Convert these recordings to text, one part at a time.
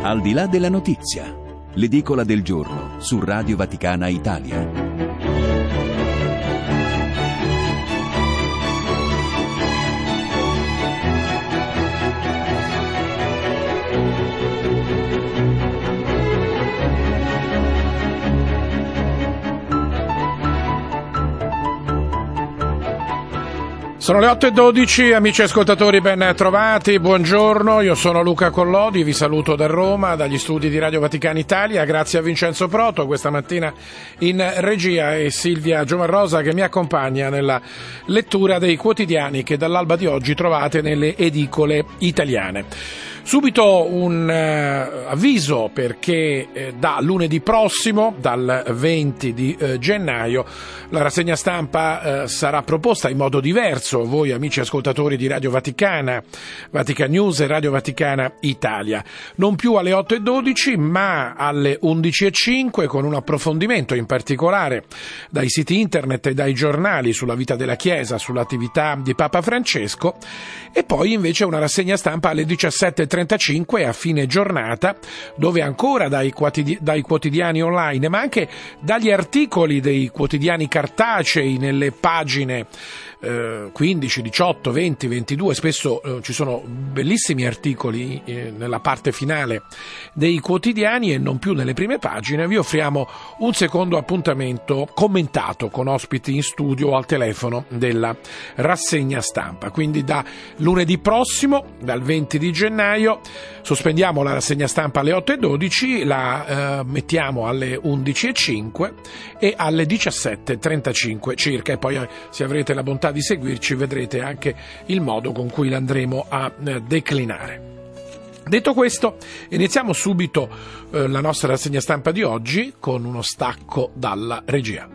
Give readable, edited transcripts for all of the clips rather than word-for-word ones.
Al di là della notizia, l'edicola del giorno su Radio Vaticana Italia. Sono le 8:12, amici ascoltatori, ben trovati, buongiorno, io sono Luca Collodi, vi saluto da Roma, dagli studi di Radio Vaticana Italia, grazie a Vincenzo Proto questa mattina in regia e Silvia Giomarrosa che mi accompagna nella lettura dei quotidiani che dall'alba di oggi trovate nelle edicole italiane. Subito un avviso perché da lunedì prossimo, dal 20 di gennaio, la rassegna stampa sarà proposta in modo diverso. Voi amici ascoltatori di Radio Vaticana, Vatican News e Radio Vaticana Italia. Non più alle 8:12 ma alle 11:05 con un approfondimento in particolare dai siti internet e dai giornali sulla vita della Chiesa, sull'attività di Papa Francesco e poi invece una rassegna stampa alle 17:35 a fine giornata dove ancora dai quotidiani online ma anche dagli articoli dei quotidiani cartacei nelle pagine 15, 18, 20, 22, spesso ci sono bellissimi articoli nella parte finale dei quotidiani e non più nelle prime pagine. Vi offriamo un secondo appuntamento commentato con ospiti in studio o al telefono della rassegna stampa. Quindi da lunedì prossimo, dal 20 di gennaio, sospendiamo la rassegna stampa alle 8:12, la mettiamo alle 11:05 e alle 17:35 circa e poi se avrete la bontà di seguirci vedrete anche il modo con cui l'andremo a declinare. Detto questo, iniziamo subito la nostra rassegna stampa di oggi con uno stacco dalla regia.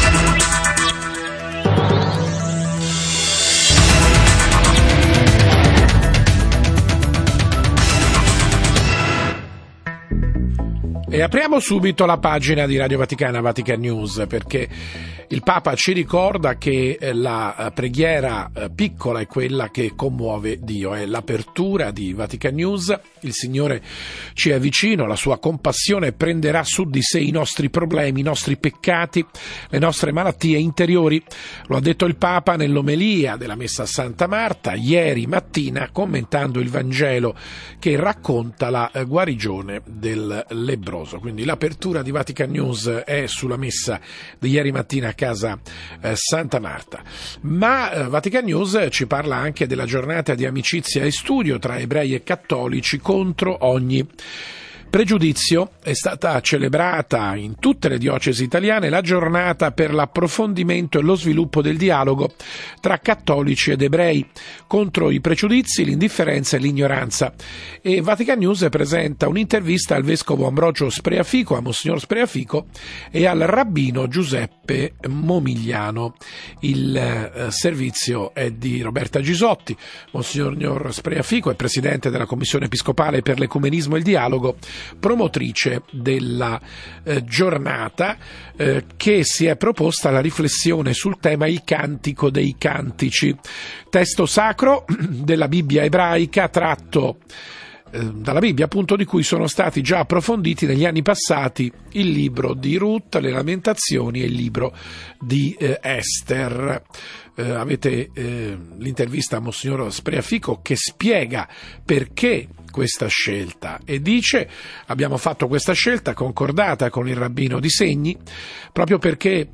E apriamo subito la pagina di Radio Vaticana, Vatican News, perché il Papa ci ricorda che la preghiera piccola è quella che commuove Dio, è l'apertura di Vatican News. Il Signore ci è vicino, la sua compassione prenderà su di sé i nostri problemi, i nostri peccati, le nostre malattie interiori. Lo ha detto il Papa nell'omelia della Messa a Santa Marta ieri mattina, commentando il Vangelo che racconta la guarigione del lebbroso. Quindi l'apertura di Vatican News è sulla Messa di ieri mattina a casa Santa Marta. Ma Vatican News ci parla anche della giornata di amicizia e studio tra ebrei e cattolici contro ogni pregiudizio. È stata celebrata in tutte le diocesi italiane la giornata per l'approfondimento e lo sviluppo del dialogo tra cattolici ed ebrei contro i pregiudizi, l'indifferenza e l'ignoranza. E Vatican News presenta un'intervista al vescovo Ambrogio Spreafico, a Monsignor Spreafico, e al rabbino Giuseppe Momigliano. Il servizio è di Roberta Gisotti. Monsignor Spreafico è presidente della Commissione Episcopale per l'Ecumenismo e il Dialogo, promotrice della giornata che si è proposta la riflessione sul tema il Cantico dei Cantici, testo sacro della Bibbia ebraica tratto dalla Bibbia, appunto, di cui sono stati già approfonditi negli anni passati il libro di Ruth, le Lamentazioni e il libro di Ester. Avete l'intervista a Monsignor Spreafico che spiega perché questa scelta e dice: abbiamo fatto questa scelta concordata con il rabbino Di Segni proprio perché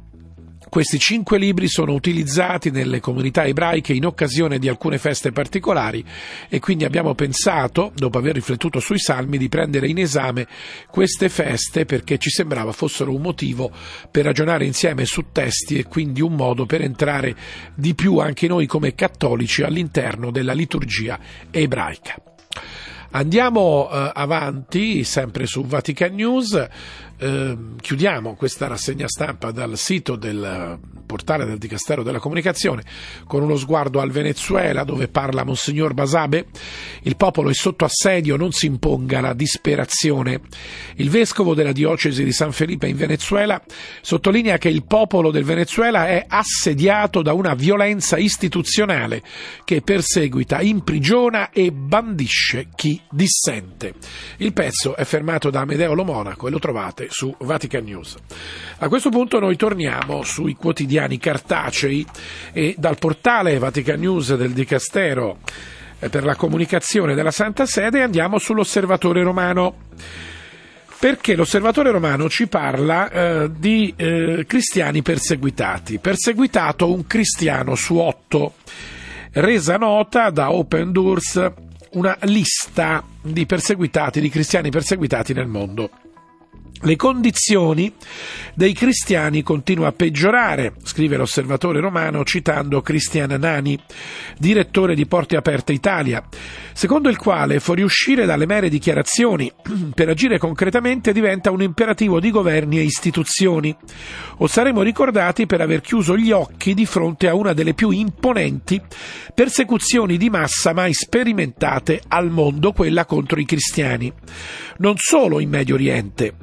questi 5 libri sono utilizzati nelle comunità ebraiche in occasione di alcune feste particolari e quindi abbiamo pensato, dopo aver riflettuto sui salmi, di prendere in esame queste feste perché ci sembrava fossero un motivo per ragionare insieme su testi e quindi un modo per entrare di più anche noi come cattolici all'interno della liturgia ebraica. Andiamo avanti, sempre su Vatican News. chiudiamo questa rassegna stampa dal sito del portale del Dicastero della Comunicazione con uno sguardo al Venezuela, dove parla Monsignor Basabe. Il popolo è sotto assedio, non si imponga la disperazione. Il vescovo della diocesi di San Felipe in Venezuela sottolinea che il popolo del Venezuela è assediato da una violenza istituzionale che perseguita, imprigiona e bandisce chi dissente. Il pezzo è firmato da Amedeo Lo Monaco e lo trovate su Vatican News. A questo punto noi torniamo sui quotidiani cartacei e dal portale Vatican News del Dicastero per la comunicazione della Santa Sede andiamo sull'Osservatore Romano, perché l'Osservatore Romano ci parla di cristiani perseguitati. Perseguitato un cristiano su 8, resa nota da Open Doors una lista di perseguitati, di cristiani perseguitati nel mondo. Le condizioni dei cristiani continuano a peggiorare, scrive l'Osservatore Romano citando Cristian Nani, direttore di Porte Aperte Italia, secondo il quale fuoriuscire dalle mere dichiarazioni per agire concretamente diventa un imperativo di governi e istituzioni, o saremo ricordati per aver chiuso gli occhi di fronte a una delle più imponenti persecuzioni di massa mai sperimentate al mondo, quella contro i cristiani. Non solo in Medio Oriente.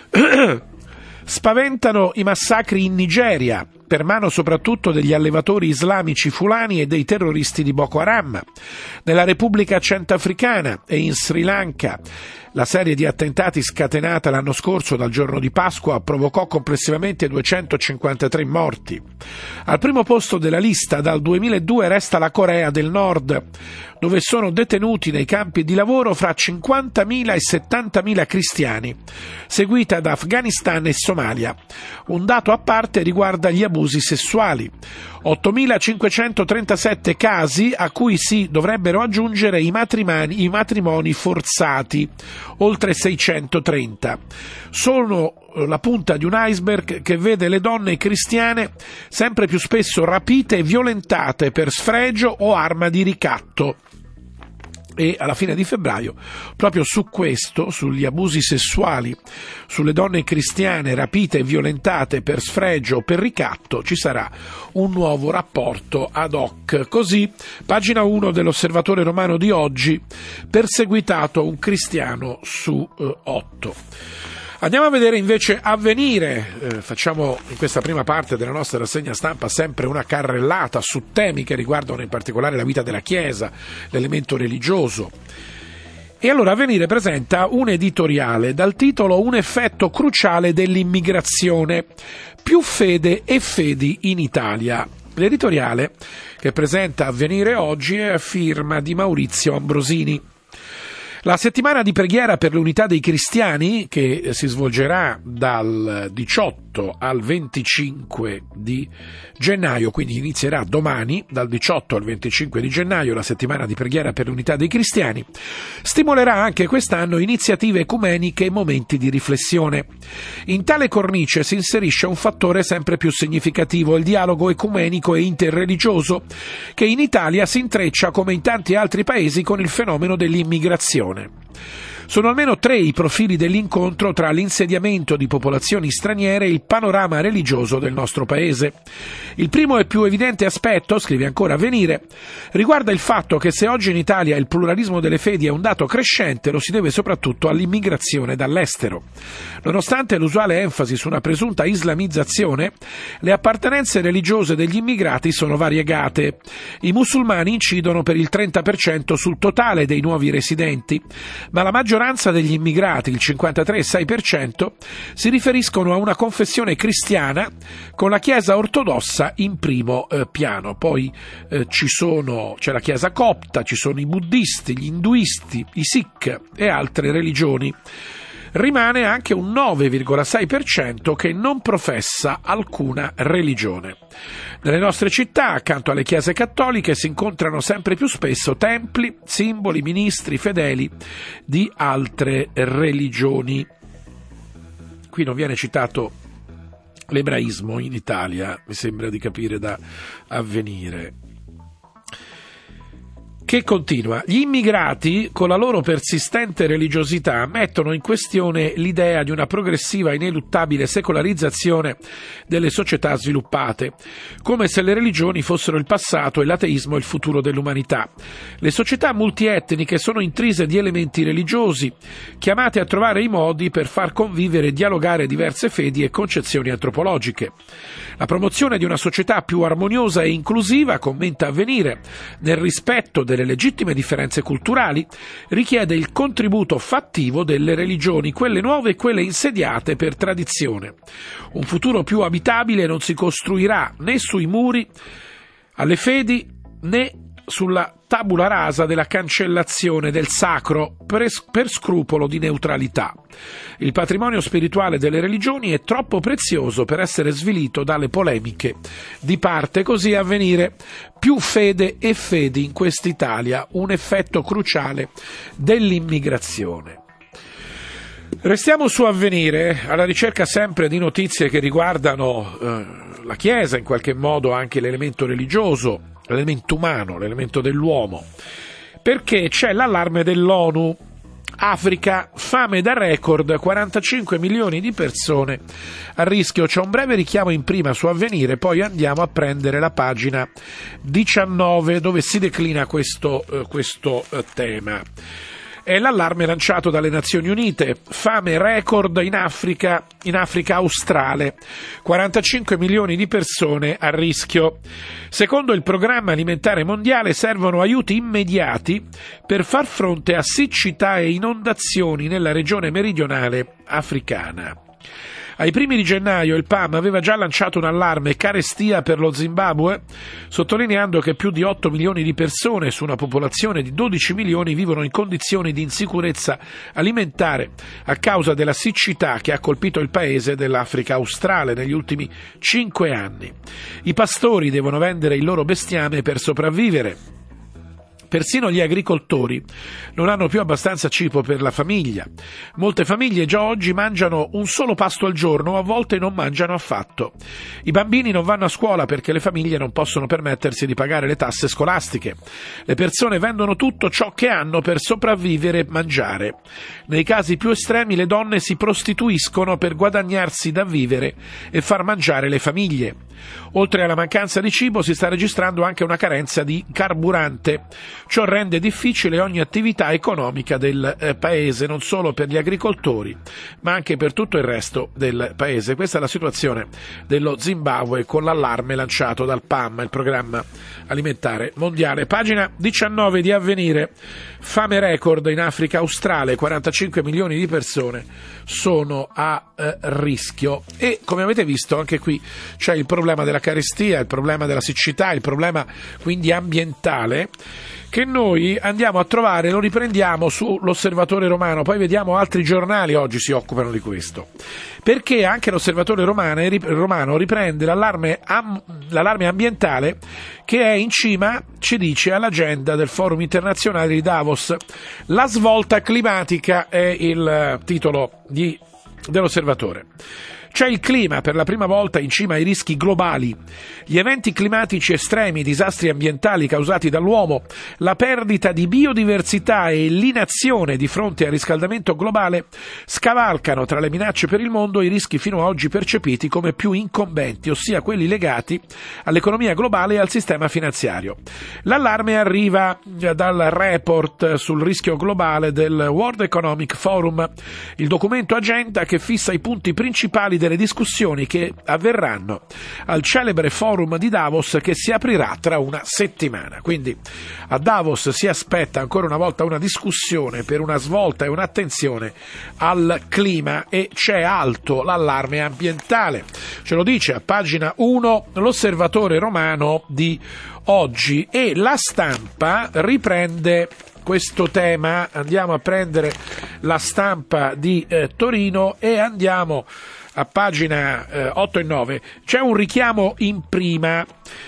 Spaventano i massacri in Nigeria, per mano soprattutto degli allevatori islamici fulani e dei terroristi di Boko Haram, nella Repubblica Centrafricana e in Sri Lanka. La serie di attentati scatenata l'anno scorso dal giorno di Pasqua provocò complessivamente 253 morti. Al primo posto della lista dal 2002 resta la Corea del Nord, dove sono detenuti nei campi di lavoro fra 50.000 e 70.000 cristiani, seguita da Afghanistan e Somalia. Un dato a parte riguarda gli abusi sessuali. 8.537 casi a cui si dovrebbero aggiungere i matrimoni forzati, oltre 630. Sono la punta di un iceberg che vede le donne cristiane sempre più spesso rapite e violentate per sfregio o arma di ricatto. E alla fine di febbraio, proprio su questo, sugli abusi sessuali, sulle donne cristiane rapite e violentate per sfregio o per ricatto, ci sarà un nuovo rapporto ad hoc. Così, pagina 1 dell'Osservatore Romano di oggi, perseguitato un cristiano su 8. Andiamo a vedere invece Avvenire. Facciamo in questa prima parte della nostra rassegna stampa sempre una carrellata su temi che riguardano in particolare la vita della Chiesa, l'elemento religioso. E allora Avvenire presenta un editoriale dal titolo Un effetto cruciale dell'immigrazione, più fede e fedi in Italia. L'editoriale che presenta Avvenire oggi è a firma di Maurizio Ambrosini. La settimana di preghiera per l'unità dei cristiani, che si svolgerà dal 18 al 25 di gennaio, quindi inizierà domani, dal 18 al 25 di gennaio, la settimana di preghiera per l'unità dei cristiani, stimolerà anche quest'anno iniziative ecumeniche e momenti di riflessione. In tale cornice si inserisce un fattore sempre più significativo, il dialogo ecumenico e interreligioso, che in Italia si intreccia, come in tanti altri paesi, con il fenomeno dell'immigrazione. Sono almeno 3 i profili dell'incontro tra l'insediamento di popolazioni straniere e il panorama religioso del nostro paese. Il primo e più evidente aspetto, scrive ancora Avvenire, riguarda il fatto che se oggi in Italia il pluralismo delle fedi è un dato crescente, lo si deve soprattutto all'immigrazione dall'estero. Nonostante l'usuale enfasi su una presunta islamizzazione, le appartenenze religiose degli immigrati sono variegate. I musulmani incidono per il 30% sul totale dei nuovi residenti, ma la maggioranza degli immigrati, il 53,6%, si riferiscono a una confessione cristiana con la Chiesa ortodossa in primo piano. Poi c'è la Chiesa copta, ci sono i buddisti, gli induisti, i sikh e altre religioni. Rimane anche un 9,6% che non professa alcuna religione. Nelle nostre città, accanto alle chiese cattoliche, si incontrano sempre più spesso templi, simboli, ministri, fedeli di altre religioni. Qui non viene citato l'ebraismo in Italia, mi sembra di capire da Avvenire. che continua. Gli immigrati, con la loro persistente religiosità, mettono in questione l'idea di una progressiva e ineluttabile secolarizzazione delle società sviluppate, come se le religioni fossero il passato e l'ateismo il futuro dell'umanità. Le società multietniche sono intrise di elementi religiosi, chiamate a trovare i modi per far convivere e dialogare diverse fedi e concezioni antropologiche. La promozione di una società più armoniosa e inclusiva, commenta Avvenire, nel rispetto delle legittime differenze culturali, richiede il contributo fattivo delle religioni, quelle nuove e quelle insediate per tradizione. Un futuro più abitabile non si costruirà né sui muri alle fedi né sulla tabula rasa della cancellazione del sacro per scrupolo di neutralità. Il patrimonio spirituale delle religioni è troppo prezioso per essere svilito dalle polemiche di parte, così Avvenire. Più fede e fedi in quest'Italia, un effetto cruciale dell'immigrazione. Restiamo su Avvenire, alla ricerca sempre di notizie che riguardano la Chiesa, in qualche modo anche l'elemento religioso, l'elemento umano, l'elemento dell'uomo, perché c'è l'allarme dell'ONU. Africa, fame da record, 45 milioni di persone a rischio. C'è un breve richiamo in prima su Avvenire, poi andiamo a prendere la pagina 19 dove si declina questo tema. È l'allarme lanciato dalle Nazioni Unite, fame record in Africa australe, 45 milioni di persone a rischio. Secondo il Programma Alimentare Mondiale servono aiuti immediati per far fronte a siccità e inondazioni nella regione meridionale africana. Ai primi di gennaio il PAM aveva già lanciato un allarme carestia per lo Zimbabwe, sottolineando che più di 8 milioni di persone su una popolazione di 12 milioni vivono in condizioni di insicurezza alimentare a causa della siccità che ha colpito il paese dell'Africa australe negli ultimi 5 anni. I pastori devono vendere il loro bestiame per sopravvivere. Persino gli agricoltori non hanno più abbastanza cibo per la famiglia. Molte famiglie già oggi mangiano un solo pasto al giorno o a volte non mangiano affatto. I bambini non vanno a scuola perché le famiglie non possono permettersi di pagare le tasse scolastiche. Le persone vendono tutto ciò che hanno per sopravvivere e mangiare. Nei casi più estremi le donne si prostituiscono per guadagnarsi da vivere e far mangiare le famiglie. Oltre alla mancanza di cibo si sta registrando anche una carenza di carburante. Ciò rende difficile ogni attività economica del paese, non solo per gli agricoltori, ma anche per tutto il resto del paese. Questa è la situazione dello Zimbabwe con l'allarme lanciato dal PAM, il Programma Alimentare Mondiale. Pagina 19 di Avvenire. Fame record in Africa australe, 45 milioni di persone sono a rischio. E come avete visto anche qui c'è il problema della carestia, il problema della siccità, il problema quindi ambientale, che noi andiamo a trovare, lo riprendiamo sull'Osservatore Romano, poi vediamo altri giornali oggi si occupano di questo, perché anche l'Osservatore Romano riprende l'allarme ambientale che è in cima, ci dice, all'agenda del Forum internazionale di Davos. La svolta climatica è il titolo dell'Osservatore. C'è il clima per la prima volta in cima ai rischi globali. Gli eventi climatici estremi, i disastri ambientali causati dall'uomo, la perdita di biodiversità e l'inazione di fronte al riscaldamento globale scavalcano tra le minacce per il mondo i rischi fino ad oggi percepiti come più incombenti, ossia quelli legati all'economia globale e al sistema finanziario. L'allarme arriva dal report sul rischio globale del World Economic Forum, il documento agenda che fissa i punti principali delle discussioni che avverranno al celebre forum di Davos che si aprirà tra una settimana. Quindi a Davos si aspetta ancora una volta una discussione per una svolta e un'attenzione al clima e c'è alto l'allarme ambientale. Ce lo dice a pagina 1 l'Osservatore Romano di oggi e La Stampa riprende questo tema. Andiamo a prendere La Stampa di Torino e andiamo a pagina 8 e 9. C'è un richiamo in prima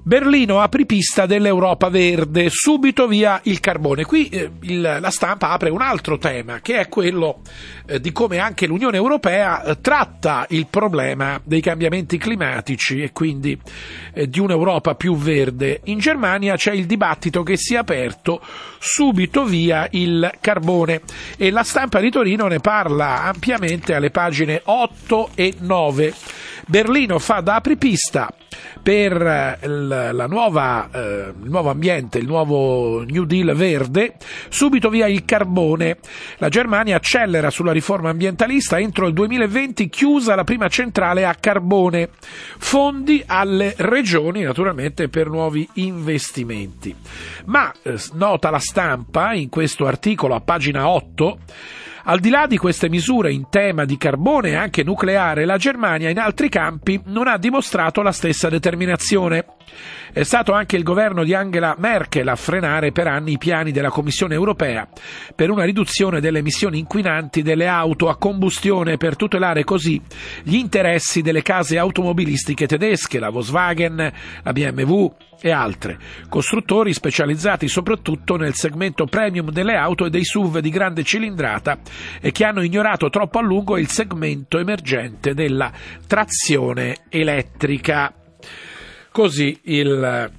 Berlino apripista dell'Europa verde, subito via il carbone. Qui la Stampa apre un altro tema, che è quello di come anche l'Unione Europea tratta il problema dei cambiamenti climatici e quindi di un'Europa più verde. In Germania c'è il dibattito che si è aperto, subito via il carbone, e la Stampa di Torino ne parla ampiamente alle pagine 8 e 9. Berlino fa da apripista per il nuovo ambiente, il nuovo New Deal verde, subito via il carbone. La Germania accelera sulla riforma ambientalista, entro il 2020 chiusa la prima centrale a carbone, fondi alle regioni naturalmente per nuovi investimenti. Ma nota la Stampa in questo articolo a pagina 8, al di là di queste misure in tema di carbone e anche nucleare, la Germania in altri campi non ha dimostrato la stessa determinazione. È stato anche il governo di Angela Merkel a frenare per anni i piani della Commissione europea per una riduzione delle emissioni inquinanti delle auto a combustione, per tutelare così gli interessi delle case automobilistiche tedesche, la Volkswagen, la BMW e altre, costruttori specializzati soprattutto nel segmento premium delle auto e dei SUV di grande cilindrata e che hanno ignorato troppo a lungo il segmento emergente della trazione elettrica. Così il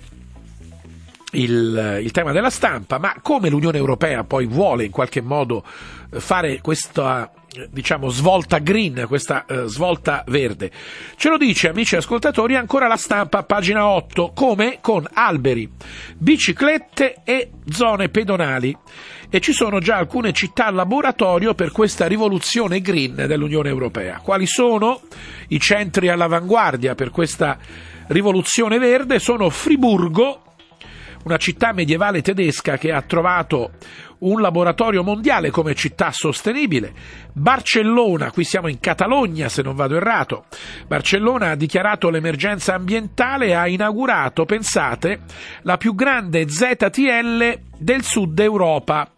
tema della Stampa. Ma come l'Unione Europea poi vuole in qualche modo fare questa svolta green, questa svolta verde? Ce lo dice, amici ascoltatori, ancora la Stampa, pagina 8, come con alberi, biciclette e zone pedonali. E ci sono già alcune città laboratorio per questa rivoluzione green dell'Unione Europea. Quali sono i centri all'avanguardia per questa rivoluzione verde? Sono Friburgo, una città medievale tedesca che ha trovato un laboratorio mondiale come città sostenibile. Barcellona, qui siamo in Catalogna se non vado errato, Barcellona ha dichiarato l'emergenza ambientale e ha inaugurato, pensate, la più grande ZTL del sud Europa.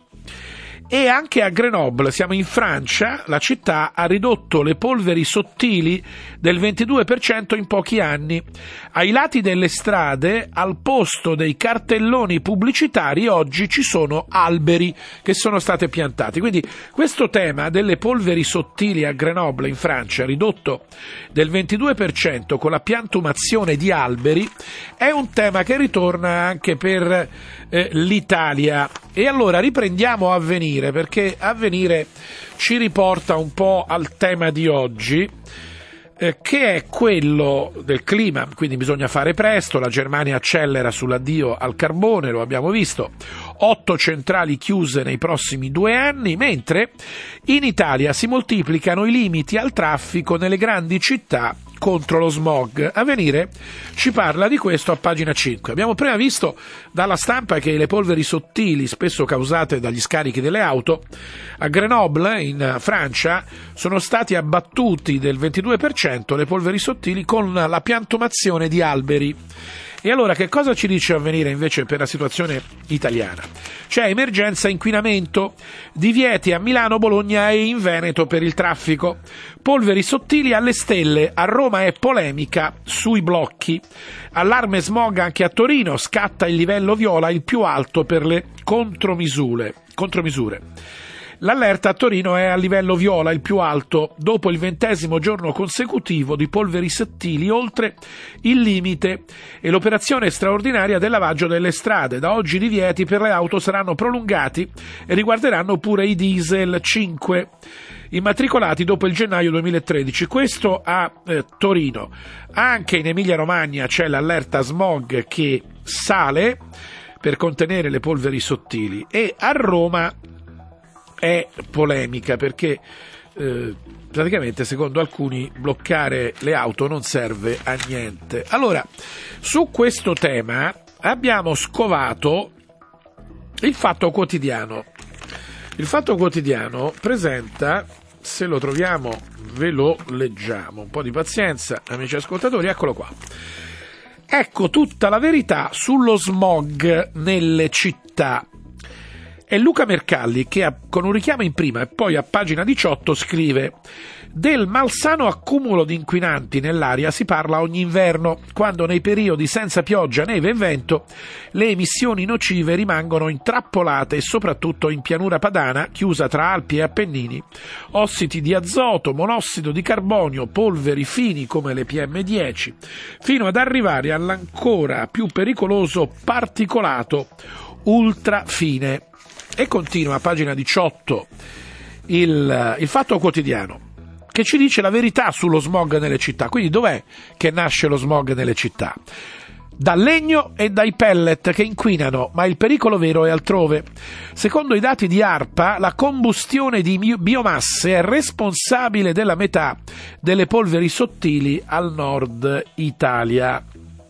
E anche a Grenoble, siamo in Francia, la città ha ridotto le polveri sottili del 22% in pochi anni. Ai lati delle strade, al posto dei cartelloni pubblicitari, oggi ci sono alberi che sono stati piantati. Quindi questo tema delle polveri sottili a Grenoble in Francia, ridotto del 22% con la piantumazione di alberi, è un tema che ritorna anche per l'Italia. E allora riprendiamo Avvenire, perché Avvenire ci riporta un po' al tema di oggi, che è quello del clima. Quindi bisogna fare presto, la Germania accelera sull'addio al carbone, lo abbiamo visto, 8 centrali chiuse nei prossimi 2 anni, mentre in Italia si moltiplicano i limiti al traffico nelle grandi città contro lo smog. Avvenire ci parla di questo a pagina 5. Abbiamo prima visto dalla Stampa che le polveri sottili, spesso causate dagli scarichi delle auto, a Grenoble in Francia sono stati abbattuti del 22% le polveri sottili con la piantumazione di alberi. E allora che cosa ci dice Avvenire invece per la situazione italiana? C'è emergenza inquinamento, divieti a Milano, Bologna e in Veneto per il traffico, polveri sottili alle stelle, a Roma è polemica sui blocchi, allarme smog anche a Torino, scatta il livello viola, il più alto per le contromisure. L'allerta a Torino è a livello viola, il più alto, dopo il 20° giorno consecutivo di polveri sottili oltre il limite, e l'operazione straordinaria del lavaggio delle strade. Da oggi i divieti per le auto saranno prolungati e riguarderanno pure i diesel 5 immatricolati dopo il gennaio 2013. Questo a Torino. Anche in Emilia-Romagna c'è l'allerta smog che sale per contenere le polveri sottili, e a Roma è polemica perché praticamente, secondo alcuni, bloccare le auto non serve a niente. Allora, su questo tema abbiamo scovato il Fatto Quotidiano. Il Fatto Quotidiano presenta, se lo troviamo ve lo leggiamo, un po' di pazienza amici ascoltatori, eccolo qua. Ecco tutta la verità sullo smog nelle città. È Luca Mercalli che con un richiamo in prima e poi a pagina 18 scrive: del malsano accumulo di inquinanti nell'aria si parla ogni inverno, quando nei periodi senza pioggia, neve e vento le emissioni nocive rimangono intrappolate, e soprattutto in pianura padana chiusa tra Alpi e Appennini, ossidi di azoto, monossido di carbonio, polveri fini come le PM10, fino ad arrivare all'ancora più pericoloso particolato ultrafine. E continua a pagina 18 il Fatto Quotidiano, che ci dice la verità sullo smog nelle città. Quindi dov'è che nasce lo smog nelle città? Dal legno e dai pellet che inquinano, ma il pericolo vero è altrove. Secondo i dati di ARPA, la combustione di biomasse è responsabile della metà delle polveri sottili al nord Italia.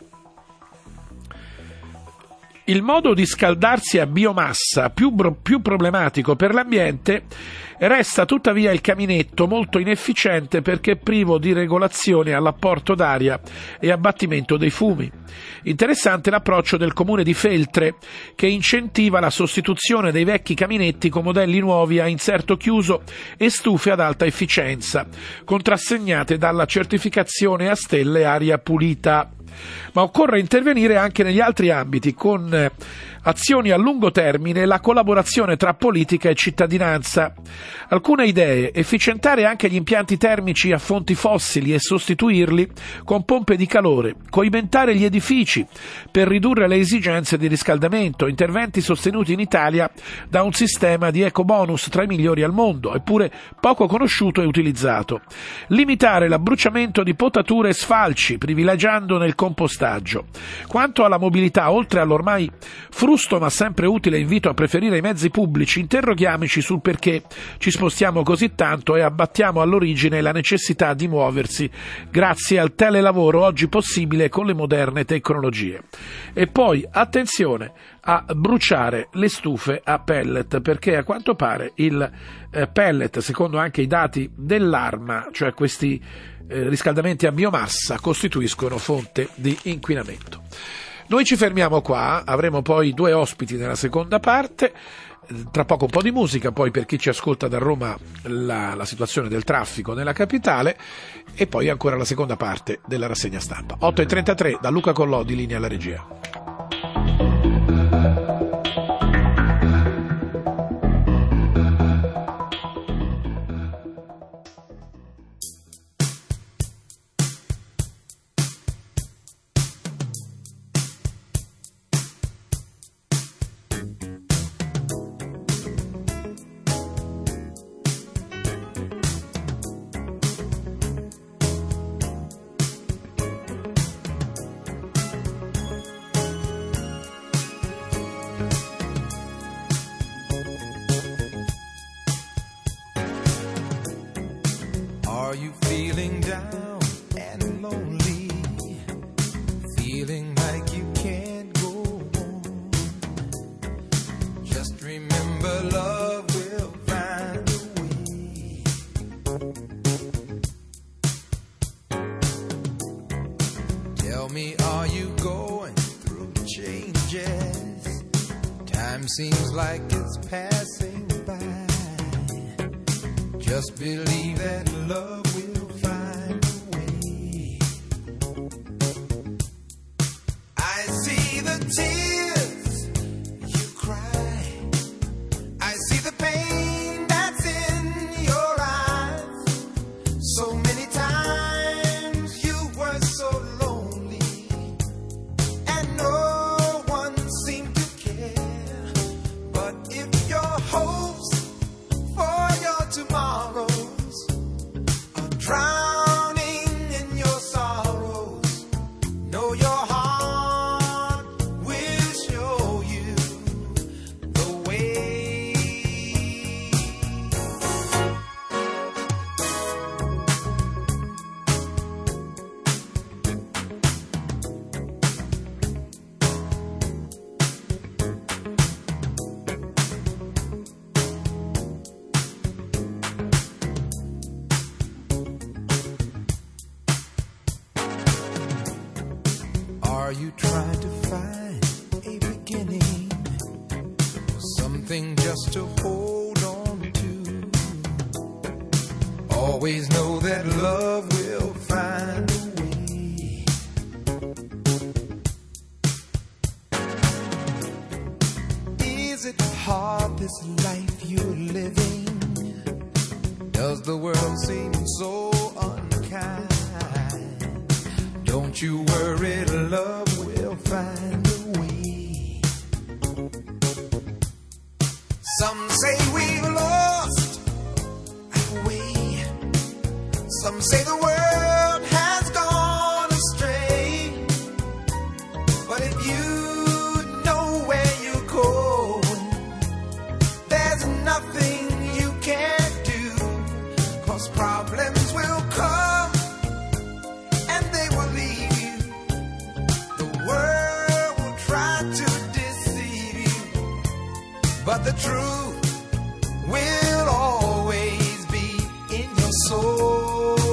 Il modo di scaldarsi a biomassa più problematico per l'ambiente resta tuttavia il caminetto, molto inefficiente perché privo di regolazione all'apporto d'aria e abbattimento dei fumi. Interessante l'approccio del comune di Feltre, che incentiva la sostituzione dei vecchi caminetti con modelli nuovi a inserto chiuso e stufe ad alta efficienza, contrassegnate dalla certificazione a stelle aria pulita. Ma occorre intervenire anche negli altri ambiti con azioni a lungo termine e la collaborazione tra politica e cittadinanza. Alcune idee: efficientare anche gli impianti termici a fonti fossili e sostituirli con pompe di calore, coibentare gli edifici per ridurre le esigenze di riscaldamento, interventi sostenuti in Italia da un sistema di ecobonus tra i migliori al mondo, eppure poco conosciuto e utilizzato, limitare l'abbruciamento di potature e sfalci, privilegiando nel compostaggio. Quanto alla mobilità, oltre all'ormai frusto ma sempre utile invito a preferire i mezzi pubblici, interroghiamoci sul perché ci spostiamo così tanto e abbattiamo all'origine la necessità di muoversi grazie al telelavoro oggi possibile con le moderne tecnologie. E poi attenzione a bruciare le stufe a pellet, perché a quanto pare il pellet, secondo anche i dati dell'ARMA, cioè questi riscaldamenti a biomassa, costituiscono fonte di inquinamento. Noi ci fermiamo qua, avremo poi 2 ospiti nella seconda parte, tra poco un po' di musica, poi per chi ci ascolta da Roma la situazione del traffico nella capitale e poi ancora la seconda parte della rassegna stampa. 8:33 da Luca Collodi, linea alla regia. Are you feeling down and lonely? Feeling like you can't go on? Just remember, love will find a way. Tell me, are you going through changes? Time seems like it's passing by. Just believe that love will find a way. I see the tears you cry. I see the pain that's in your eyes. So many times you were so lonely, and no one seemed to care. But if your hopes for your tomorrows are drowning in your sorrows, know your heart will something just to hold on to. Always know that love will find a way. Is it hard, this life you're living? Does the world seem so unkind? Don't you worry, love will find a way. Some say we've lost our way. Some say the world has gone astray. But if you know where you're going, there's nothing you can't do. 'Cause problems will come and they will leave you. The world will try to deceive you, but the truth will always be in your soul.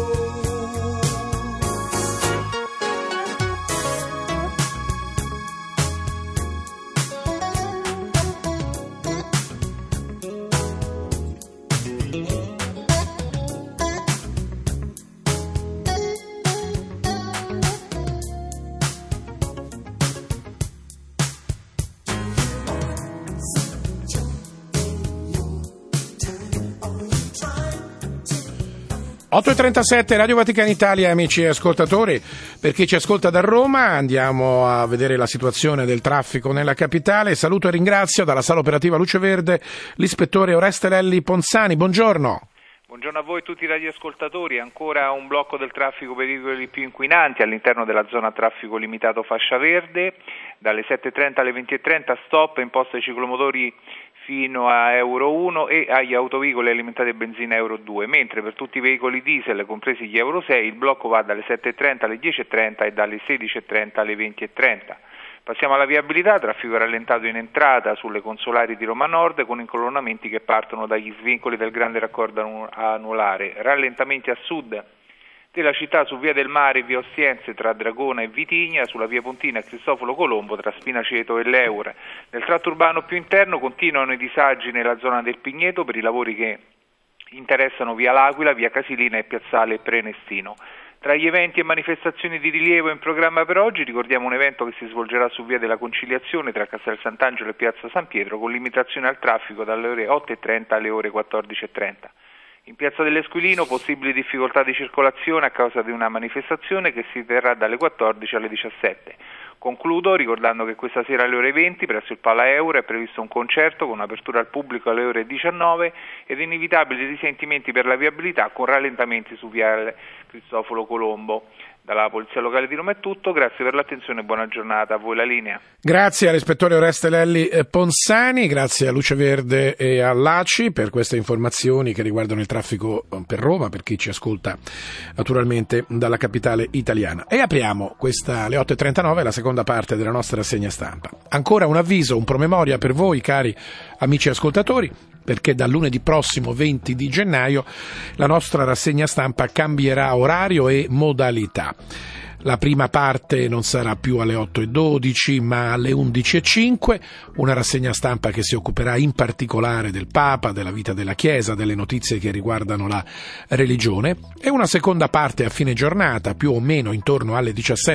8.37 Radio Vaticana Italia, amici ascoltatori. Per chi ci ascolta da Roma, andiamo a vedere la situazione del traffico nella capitale. Saluto e ringrazio dalla sala operativa Luce Verde l'ispettore Oreste Lelli Ponsani. Buongiorno. Buongiorno a voi tutti i radioascoltatori. Ancora un blocco del traffico per i veicoli più inquinanti all'interno della zona traffico limitato fascia verde. Dalle 7.30 alle 20.30 stop imposte ai ciclomotori fino a Euro 1 e agli autoveicoli alimentati a benzina Euro 2, mentre per tutti i veicoli diesel, compresi gli Euro 6, il blocco va dalle 7.30 alle 10.30 e dalle 16.30 alle 20.30. Passiamo alla viabilità, traffico rallentato in entrata sulle consolari di Roma Nord con incolonnamenti che partono dagli svincoli del grande raccordo anulare, rallentamenti a sud della città su via del Mare e via Ostiense tra Dragona e Vitigna, sulla via Pontina e Cristoforo Colombo tra Spinaceto e l'Eure. Nel tratto urbano più interno continuano i disagi nella zona del Pigneto per i lavori che interessano via L'Aquila, via Casilina e piazzale Prenestino. Tra gli eventi e manifestazioni di rilievo in programma per oggi ricordiamo un evento che si svolgerà su via della Conciliazione tra Castel Sant'Angelo e piazza San Pietro con limitazione al traffico dalle ore 8.30 alle ore 14.30. In piazza dell'Esquilino possibili difficoltà di circolazione a causa di una manifestazione che si terrà dalle 14 alle 17. Concludo ricordando che questa sera alle ore 20 presso il Pala Euro è previsto un concerto con apertura al pubblico alle ore 19 ed inevitabili risentimenti per la viabilità con rallentamenti su via Cristoforo Colombo. Dalla Polizia Locale di Roma è tutto, grazie per l'attenzione e buona giornata. A voi la linea. Grazie all'ispettore Oreste Lelli Ponsani, grazie a Luce Verde e all'ACI per queste informazioni che riguardano il traffico per Roma, per chi ci ascolta naturalmente dalla capitale italiana. E apriamo alle 8.39 la seconda parte della nostra rassegna stampa. Ancora un avviso, un promemoria per voi cari amici ascoltatori, perché dal lunedì prossimo 20 di gennaio la nostra rassegna stampa cambierà orario e modalità. La prima parte non sarà più alle 8.12 ma alle 11.05, una rassegna stampa che si occuperà in particolare del Papa, della vita della Chiesa, delle notizie che riguardano la religione, e una seconda parte a fine giornata più o meno intorno alle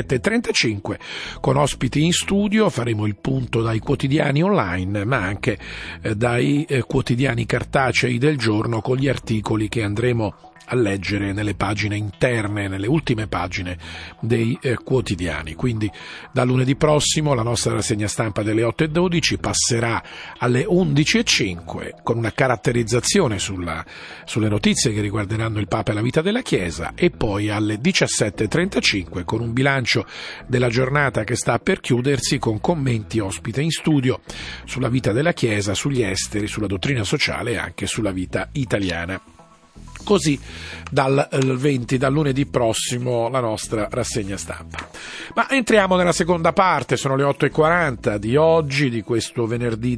17.35 con ospiti in studio. Faremo il punto dai quotidiani online ma anche dai quotidiani cartacei del giorno con gli articoli che andremo a leggere nelle pagine interne, nelle ultime pagine dei quotidiani. Quindi da lunedì prossimo la nostra rassegna stampa delle 8.12 passerà alle 11.05 con una caratterizzazione sulle notizie che riguarderanno il Papa e la vita della Chiesa, e poi alle 17.35 con un bilancio della giornata che sta per chiudersi con commenti ospite in studio sulla vita della Chiesa, sugli esteri, sulla dottrina sociale e anche sulla vita italiana. Così dal 20, dal lunedì prossimo, la nostra rassegna stampa. Ma entriamo nella seconda parte, sono le 8:40 di oggi, di questo venerdì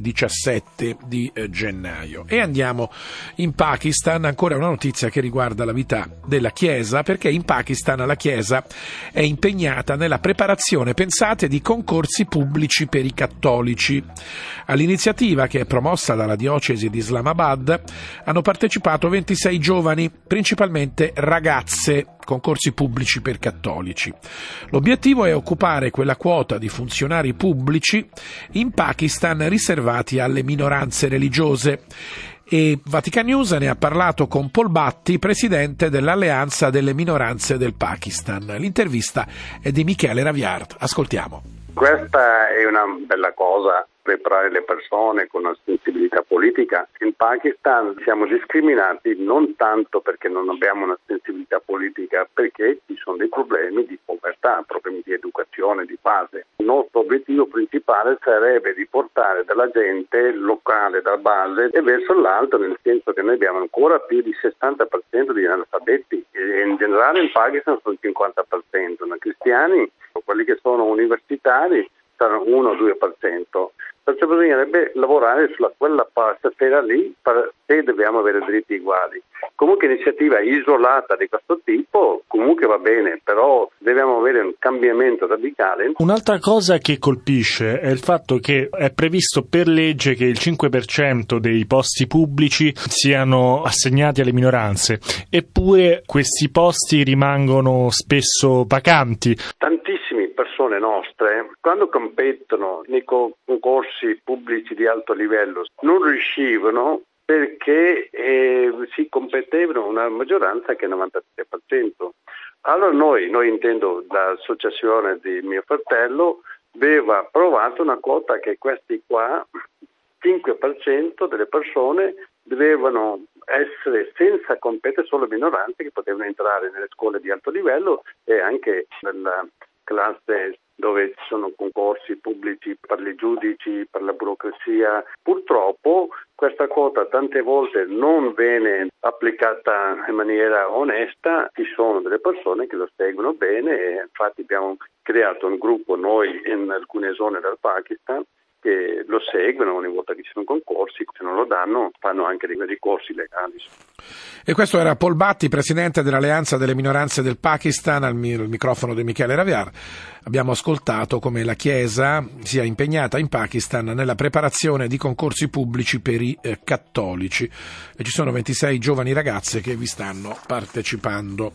17 di gennaio. E andiamo in Pakistan, ancora una notizia che riguarda la vita della Chiesa, perché in Pakistan la Chiesa è impegnata nella preparazione, pensate, di concorsi pubblici per i cattolici. All'iniziativa, che è promossa dalla diocesi di Islamabad, hanno partecipato 26 giovani, principalmente ragazze, concorsi pubblici per cattolici. L'obiettivo è occupare quella quota di funzionari pubblici in Pakistan riservati alle minoranze religiose. E Vatican News ne ha parlato con Paul Batti, presidente dell'Alleanza delle minoranze del Pakistan. L'intervista è di Michele Raviard. Ascoltiamo. Questa è una bella cosa, preparare le persone con una sensibilità politica. In Pakistan siamo discriminati non tanto perché non abbiamo una sensibilità politica, perché ci sono dei problemi di povertà, problemi di educazione di base. Il nostro obiettivo principale sarebbe di portare della gente locale, da base, e verso l'alto, nel senso che noi abbiamo ancora più di 60% di analfabeti, e in generale in Pakistan sono il 50%, ma cristiani, quelli che sono universitari, saranno 1-2%. Perciò bisognerebbe lavorare sulla quella sfera lì, se dobbiamo avere diritti uguali. Comunque iniziativa isolata di questo tipo comunque va bene, però dobbiamo avere un cambiamento radicale. Un'altra cosa che colpisce è il fatto che è previsto per legge che il 5% dei posti pubblici siano assegnati alle minoranze, eppure questi posti rimangono spesso vacanti. Tantissime persone nostre, quando competono nei concorsi pubblici di alto livello, non riuscivano perché si competevano una maggioranza che è il 93%. Allora noi intendo l'associazione di mio fratello, aveva approvato una quota che questi qua, 5% delle persone dovevano essere senza competere, solo minoranze che potevano entrare nelle scuole di alto livello e anche nella classe dove ci sono concorsi pubblici per i giudici, per la burocrazia. Purtroppo questa quota tante volte non viene applicata in maniera onesta, ci sono delle persone che lo seguono bene e infatti abbiamo creato un gruppo noi in alcune zone del Pakistan che lo seguono ogni volta che ci sono concorsi, se non lo danno fanno anche dei ricorsi legali. E questo era Paul Batti, presidente dell'Alleanza delle minoranze del Pakistan, al microfono di Michele Raviar. Abbiamo ascoltato come la Chiesa sia impegnata in Pakistan nella preparazione di concorsi pubblici per i cattolici e ci sono 26 giovani ragazze che vi stanno partecipando.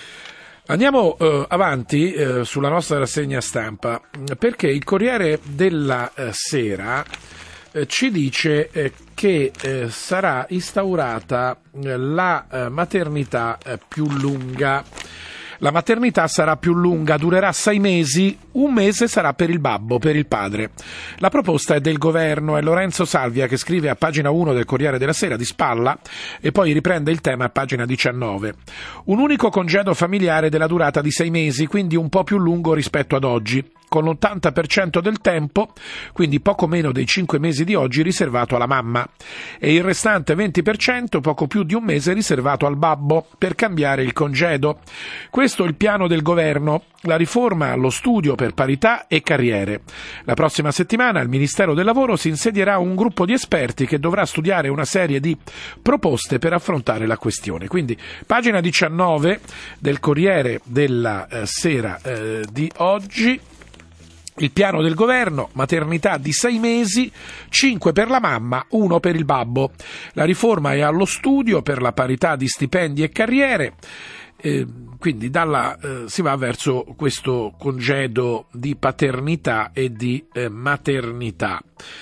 Andiamo avanti sulla nostra rassegna stampa, perché il Corriere della Sera ci dice che sarà instaurata la maternità più lunga. La maternità sarà più lunga, durerà 6 mesi, 1 mese sarà per il babbo, per il padre. La proposta è del governo, è Lorenzo Salvia che scrive a pagina 1 del Corriere della Sera di spalla e poi riprende il tema a pagina 19. Un unico congedo familiare della durata di 6 mesi, quindi un po' più lungo rispetto ad oggi, con l'80% del tempo, quindi poco meno dei 5 mesi di oggi, riservato alla mamma e il restante 20%, poco più di 1 mese, riservato al babbo per cambiare il congedo. Questo è il piano del governo, la riforma allo studio per parità e carriere. La prossima settimana al Ministero del Lavoro si insedierà un gruppo di esperti che dovrà studiare una serie di proposte per affrontare la questione. Quindi pagina 19 del Corriere della Sera di oggi. Il piano del governo, maternità di 6 mesi, 5 per la mamma, 1 per il babbo. La riforma è allo studio per la parità di stipendi e carriere. Quindi si va verso questo congedo di paternità e di maternità.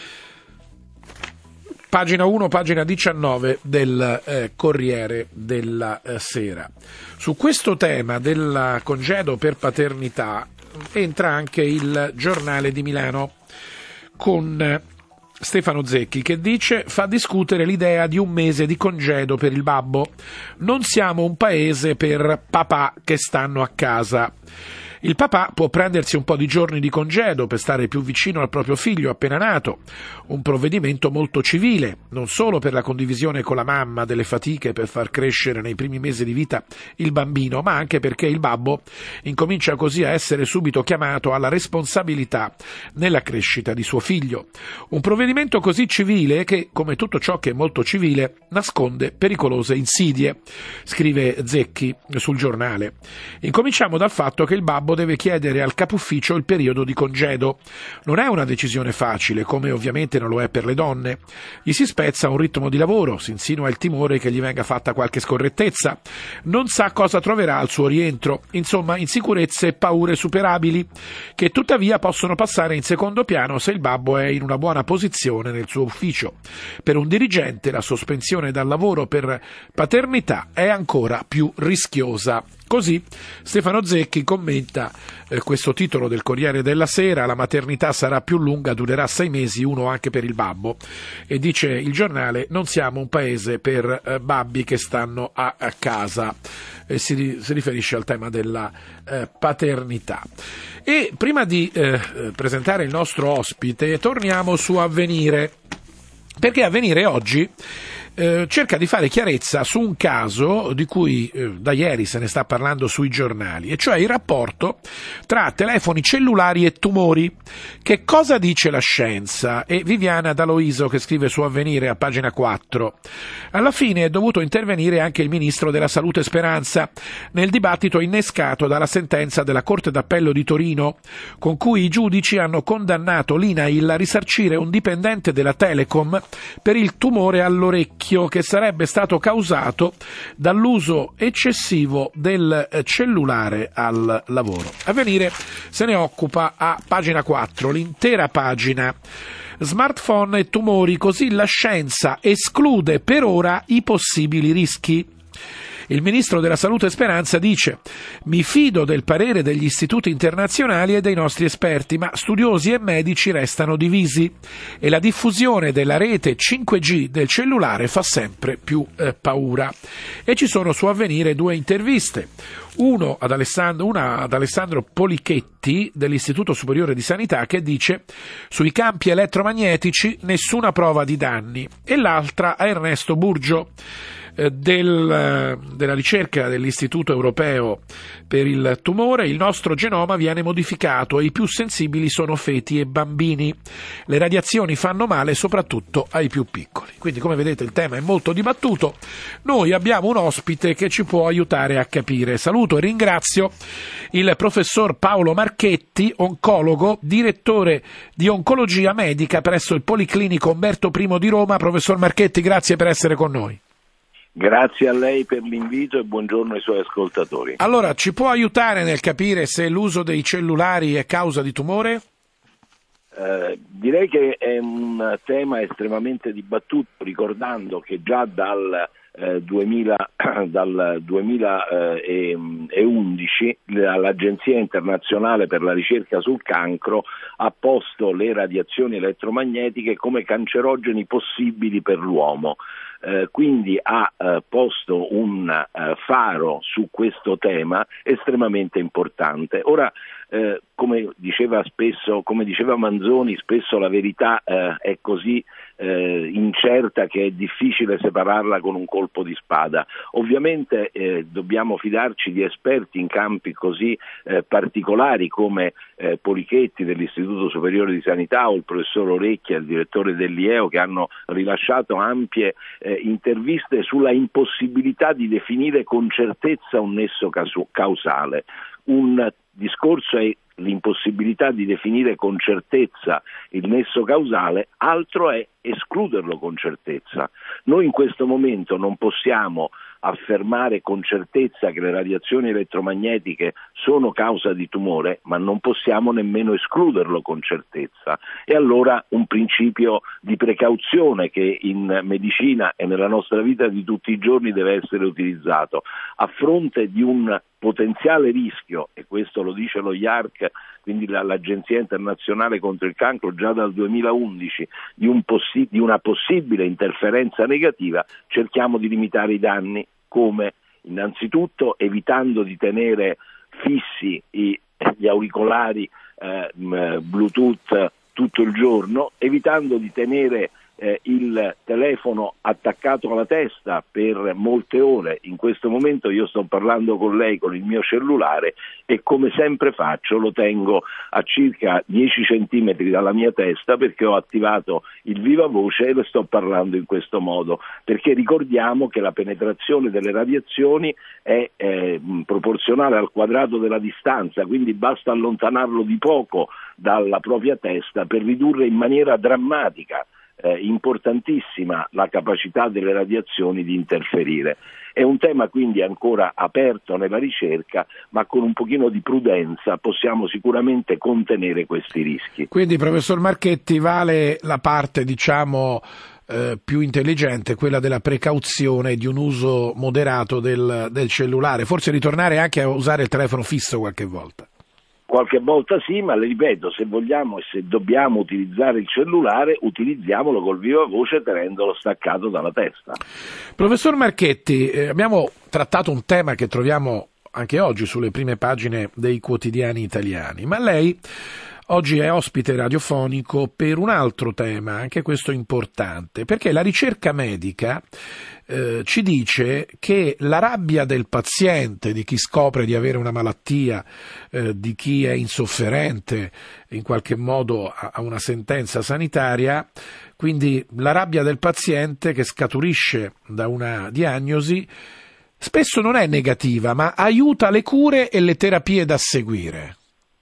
Pagina 1, pagina 19 del Corriere della Sera. Su questo tema del congedo per paternità entra anche il Giornale di Milano con Stefano Zecchi che dice: fa discutere l'idea di 1 mese di congedo per il babbo. Non siamo un paese per papà che stanno a casa. Il papà può prendersi un po' di giorni di congedo per stare più vicino al proprio figlio appena nato, un provvedimento molto civile, non solo per la condivisione con la mamma delle fatiche per far crescere nei primi mesi di vita il bambino, ma anche perché il babbo incomincia così a essere subito chiamato alla responsabilità nella crescita di suo figlio. Un provvedimento così civile che, come tutto ciò che è molto civile, nasconde pericolose insidie, scrive Zecchi sul Giornale. Incominciamo dal fatto che il babbo deve chiedere al capufficio il periodo di congedo. Non è una decisione facile, come ovviamente non lo è per le donne. Gli si spezza un ritmo di lavoro, si insinua il timore che gli venga fatta qualche scorrettezza, non sa cosa troverà al suo rientro, insomma insicurezze e paure superabili, che tuttavia possono passare in secondo piano se il babbo è in una buona posizione nel suo ufficio. Per un dirigente la sospensione dal lavoro per paternità è ancora più rischiosa. Così Stefano Zecchi commenta questo titolo del Corriere della Sera: la maternità sarà più lunga, durerà 6 mesi, uno anche per il babbo, e dice il giornale: non siamo un paese per babbi che stanno a casa. Si riferisce al tema della paternità. E prima di presentare il nostro ospite torniamo su Avvenire, perché Avvenire oggi cerca di fare chiarezza su un caso di cui da ieri se ne sta parlando sui giornali, e cioè il rapporto tra telefoni cellulari e tumori. Che cosa dice la scienza? E Viviana D'Aloiso, che scrive su Avvenire a pagina 4. Alla fine è dovuto intervenire anche il ministro della Salute Speranza nel dibattito innescato dalla sentenza della Corte d'Appello di Torino, con cui i giudici hanno condannato l'INAIL a risarcire un dipendente della Telecom per il tumore all'orecchio che sarebbe stato causato dall'uso eccessivo del cellulare al lavoro. Avvenire se ne occupa a pagina 4, l'intera pagina. Smartphone e tumori, così la scienza esclude per ora i possibili rischi. Il ministro della Salute Speranza dice: mi fido del parere degli istituti internazionali e dei nostri esperti, ma studiosi e medici restano divisi e la diffusione della rete 5G del cellulare fa sempre più paura. E ci sono su Avvenire 2 interviste. Una ad Alessandro Polichetti dell'Istituto Superiore di Sanità, che dice: sui campi elettromagnetici nessuna prova di danni, e l'altra a Ernesto Burgio della ricerca dell'Istituto Europeo per il Tumore. Il nostro genoma viene modificato e i più sensibili sono feti e bambini. Le radiazioni fanno male soprattutto ai più piccoli. Quindi, come vedete, il tema è molto dibattuto. Noi abbiamo un ospite che ci può aiutare a capire. Saluto e ringrazio il professor Paolo Marchetti, oncologo, direttore di oncologia medica presso il Policlinico Umberto I di Roma. Professor Marchetti, grazie per essere con noi. Grazie a lei per l'invito e buongiorno ai suoi ascoltatori. Allora, ci può aiutare nel capire se l'uso dei cellulari è causa di tumore? Direi che è un tema estremamente dibattuto, ricordando che già dal 2011 l'Agenzia internazionale per la ricerca sul cancro ha posto le radiazioni elettromagnetiche come cancerogeni possibili per l'uomo. Quindi ha posto un faro su questo tema estremamente importante. Ora, come diceva Manzoni, spesso la verità è così incerta che è difficile separarla con un colpo di spada. Ovviamente dobbiamo fidarci di esperti in campi così particolari come Polichetti dell'Istituto Superiore di Sanità o il professor Orecchia, il direttore dell'IEO, che hanno rilasciato ampie interviste sulla impossibilità di definire con certezza un nesso causale. Un discorso è l'impossibilità di definire con certezza il nesso causale, altro è escluderlo con certezza. Noi in questo momento non possiamo affermare con certezza che le radiazioni elettromagnetiche sono causa di tumore, ma non possiamo nemmeno escluderlo con certezza. E allora un principio di precauzione che in medicina e nella nostra vita di tutti i giorni deve essere utilizzato a fronte di un potenziale rischio, e questo lo dice lo IARC, quindi l'Agenzia Internazionale contro il Cancro, già dal 2011, di una possibile interferenza negativa. Cerchiamo di limitare i danni. Come? Innanzitutto evitando di tenere fissi gli auricolari Bluetooth tutto il giorno, evitando di tenere il telefono attaccato alla testa per molte ore. In questo momento io sto parlando con lei con il mio cellulare e, come sempre faccio, lo tengo a circa 10 centimetri dalla mia testa, perché ho attivato il viva voce e le sto parlando in questo modo, perché ricordiamo che la penetrazione delle radiazioni è proporzionale al quadrato della distanza, quindi basta allontanarlo di poco dalla propria testa per ridurre in maniera drammatica, importantissima, la capacità delle radiazioni di interferire. È un tema quindi ancora aperto nella ricerca, ma con un pochino di prudenza possiamo sicuramente contenere questi rischi. Quindi, professor Marchetti, vale la parte, più intelligente, quella della precauzione e di un uso moderato del cellulare, forse ritornare anche a usare il telefono fisso qualche volta. Qualche volta sì, ma le ripeto, se vogliamo e se dobbiamo utilizzare il cellulare, utilizziamolo col viva voce tenendolo staccato dalla testa. Professor Marchetti, abbiamo trattato un tema che troviamo anche oggi sulle prime pagine dei quotidiani italiani, ma lei oggi è ospite radiofonico per un altro tema, anche questo importante, perché la ricerca medica ci dice che la rabbia del paziente, di chi scopre di avere una malattia, di chi è insofferente, in qualche modo a una sentenza sanitaria, quindi la rabbia del paziente che scaturisce da una diagnosi, spesso non è negativa, ma aiuta le cure e le terapie da seguire.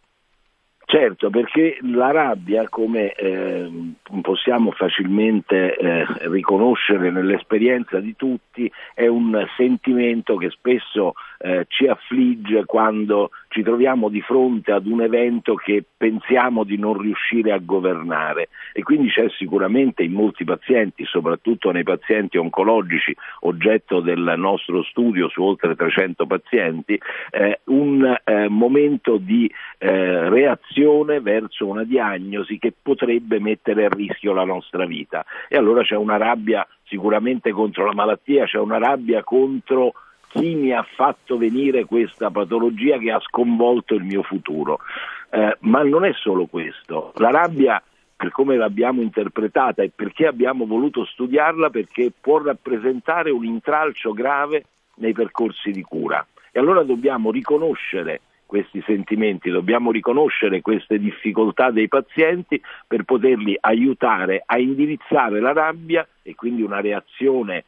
Certo, perché la rabbia, come possiamo facilmente riconoscere nell'esperienza di tutti, è un sentimento che spesso ci affligge quando ci troviamo di fronte ad un evento che pensiamo di non riuscire a governare, e quindi c'è sicuramente in molti pazienti, soprattutto nei pazienti oncologici, oggetto del nostro studio su oltre 300 pazienti, un momento di reazione verso una diagnosi che potrebbe mettere a rischio la nostra vita, e allora c'è una rabbia sicuramente contro la malattia, c'è una rabbia contro chi mi ha fatto venire questa patologia che ha sconvolto il mio futuro. Ma non è solo questo, la rabbia, per come l'abbiamo interpretata e perché abbiamo voluto studiarla, perché può rappresentare un intralcio grave nei percorsi di cura, e allora dobbiamo riconoscere questi sentimenti, dobbiamo riconoscere queste difficoltà dei pazienti per poterli aiutare a indirizzare la rabbia e quindi una reazione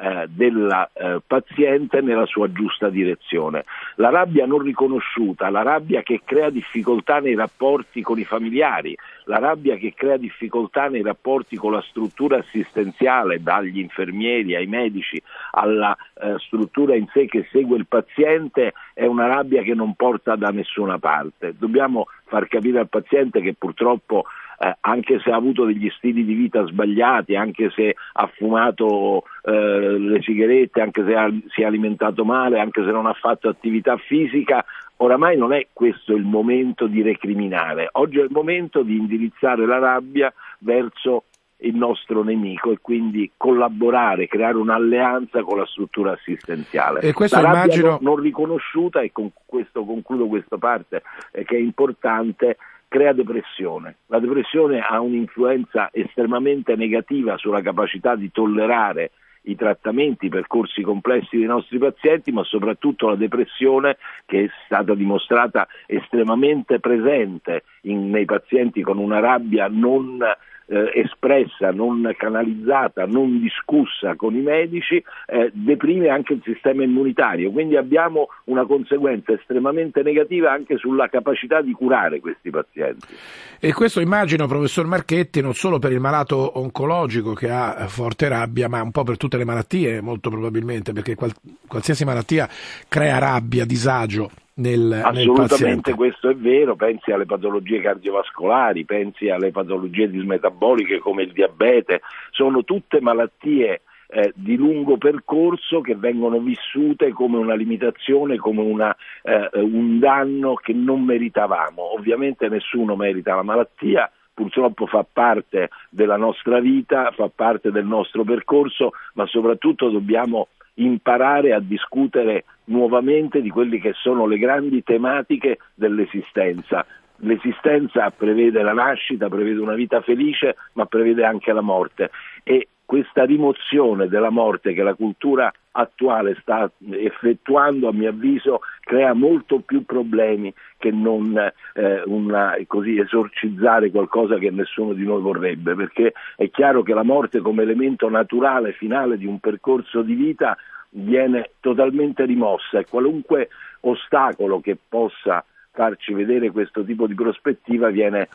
del paziente nella sua giusta direzione. La rabbia non riconosciuta, la rabbia che crea difficoltà nei rapporti con i familiari, la rabbia che crea difficoltà nei rapporti con la struttura assistenziale, dagli infermieri ai medici alla struttura in sé che segue il paziente, è una rabbia che non porta da nessuna parte. Dobbiamo far capire al paziente che purtroppo anche se ha avuto degli stili di vita sbagliati, anche se ha fumato le sigarette, anche se si è alimentato male, anche se non ha fatto attività fisica, oramai non è questo il momento di recriminare. Oggi è il momento di indirizzare la rabbia verso il nostro nemico e quindi collaborare, creare un'alleanza con la struttura assistenziale. E questo la rabbia immagino non riconosciuta, e con questo concludo questa parte che è importante, crea depressione. La depressione ha un'influenza estremamente negativa sulla capacità di tollerare i trattamenti, i percorsi complessi dei nostri pazienti, ma soprattutto la depressione, che è stata dimostrata estremamente presente nei pazienti con una rabbia non espressa, non canalizzata, non discussa con i medici, deprime anche il sistema immunitario, quindi abbiamo una conseguenza estremamente negativa anche sulla capacità di curare questi pazienti. E questo immagino, professor Marchetti, non solo per il malato oncologico che ha forte rabbia, ma un po' per tutte le malattie, molto probabilmente, perché qualsiasi malattia crea rabbia, disagio nel Assolutamente, paziente. questo è vero. Pensi alle patologie cardiovascolari, pensi alle patologie dismetaboliche come il diabete, sono tutte malattie di lungo percorso che vengono vissute come una limitazione, come un danno che non meritavamo. Ovviamente nessuno merita la malattia, purtroppo fa parte della nostra vita, fa parte del nostro percorso, ma soprattutto dobbiamo imparare a discutere nuovamente di quelli che sono le grandi tematiche dell'esistenza. L'esistenza prevede la nascita, prevede una vita felice, ma prevede anche la morte, e questa rimozione della morte che la cultura attuale sta effettuando, a mio avviso, crea molto più problemi che non così esorcizzare qualcosa che nessuno di noi vorrebbe, perché è chiaro che la morte come elemento naturale finale di un percorso di vita viene totalmente rimossa, e qualunque ostacolo che possa farci vedere questo tipo di prospettiva viene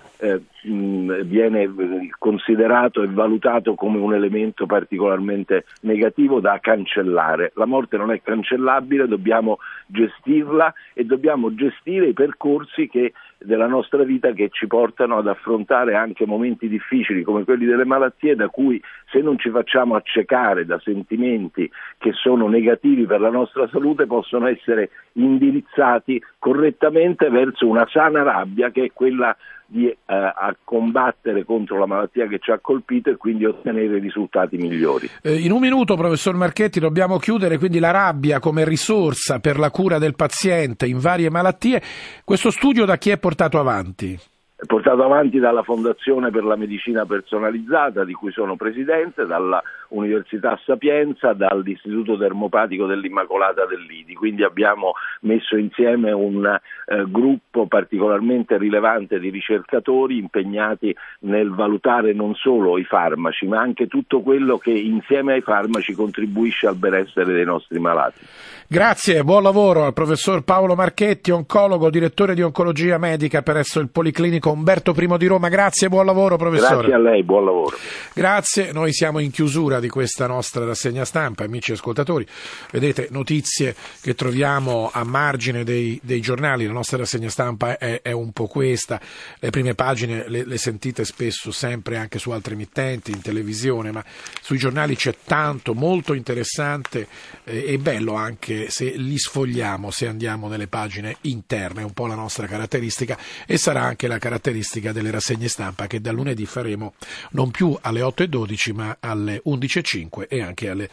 considerato e valutato come un elemento particolarmente negativo da cancellare. La morte non è cancellabile, dobbiamo gestirla e dobbiamo gestire i percorsi della nostra vita che ci portano ad affrontare anche momenti difficili come quelli delle malattie, da cui, se non ci facciamo accecare da sentimenti che sono negativi per la nostra salute, possono essere indirizzati correttamente verso una sana rabbia, che è quella di a combattere contro la malattia che ci ha colpito e quindi ottenere risultati migliori. In un minuto, professor Marchetti, dobbiamo chiudere. Quindi la rabbia come risorsa per la cura del paziente in varie malattie. Questo studio da chi è portato avanti? È portato avanti dalla Fondazione per la Medicina Personalizzata, di cui sono presidente, dalla Università Sapienza, dall'Istituto Dermopatico dell'Immacolata dell'Idi. Quindi abbiamo messo insieme un gruppo particolarmente rilevante di ricercatori impegnati nel valutare non solo i farmaci, ma anche tutto quello che insieme ai farmaci contribuisce al benessere dei nostri malati. Grazie, buon lavoro al professor Paolo Marchetti, oncologo, direttore di oncologia medica presso il Policlinico Umberto I di Roma. Grazie, buon lavoro professore. Grazie a lei, buon lavoro. Grazie, noi siamo in chiusura di questa nostra rassegna stampa, amici ascoltatori. Vedete, notizie che troviamo a margine dei giornali. La nostra rassegna stampa è un po' questa. Le prime pagine le sentite spesso sempre anche su altre emittenti, in televisione, ma sui giornali c'è tanto, molto interessante e bello anche se li sfogliamo, se andiamo nelle pagine interne. È un po' la nostra caratteristica, e sarà anche la caratteristica delle rassegne stampa che da lunedì faremo non più alle 8:12 ma alle 11:05 e anche alle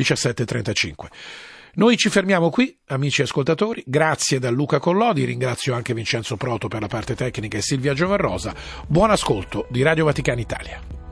17:35. Noi ci fermiamo qui, amici ascoltatori. Grazie da Luca Collodi, ringrazio anche Vincenzo Proto per la parte tecnica e Silvia Giovarrosa. Buon ascolto di Radio Vaticana Italia.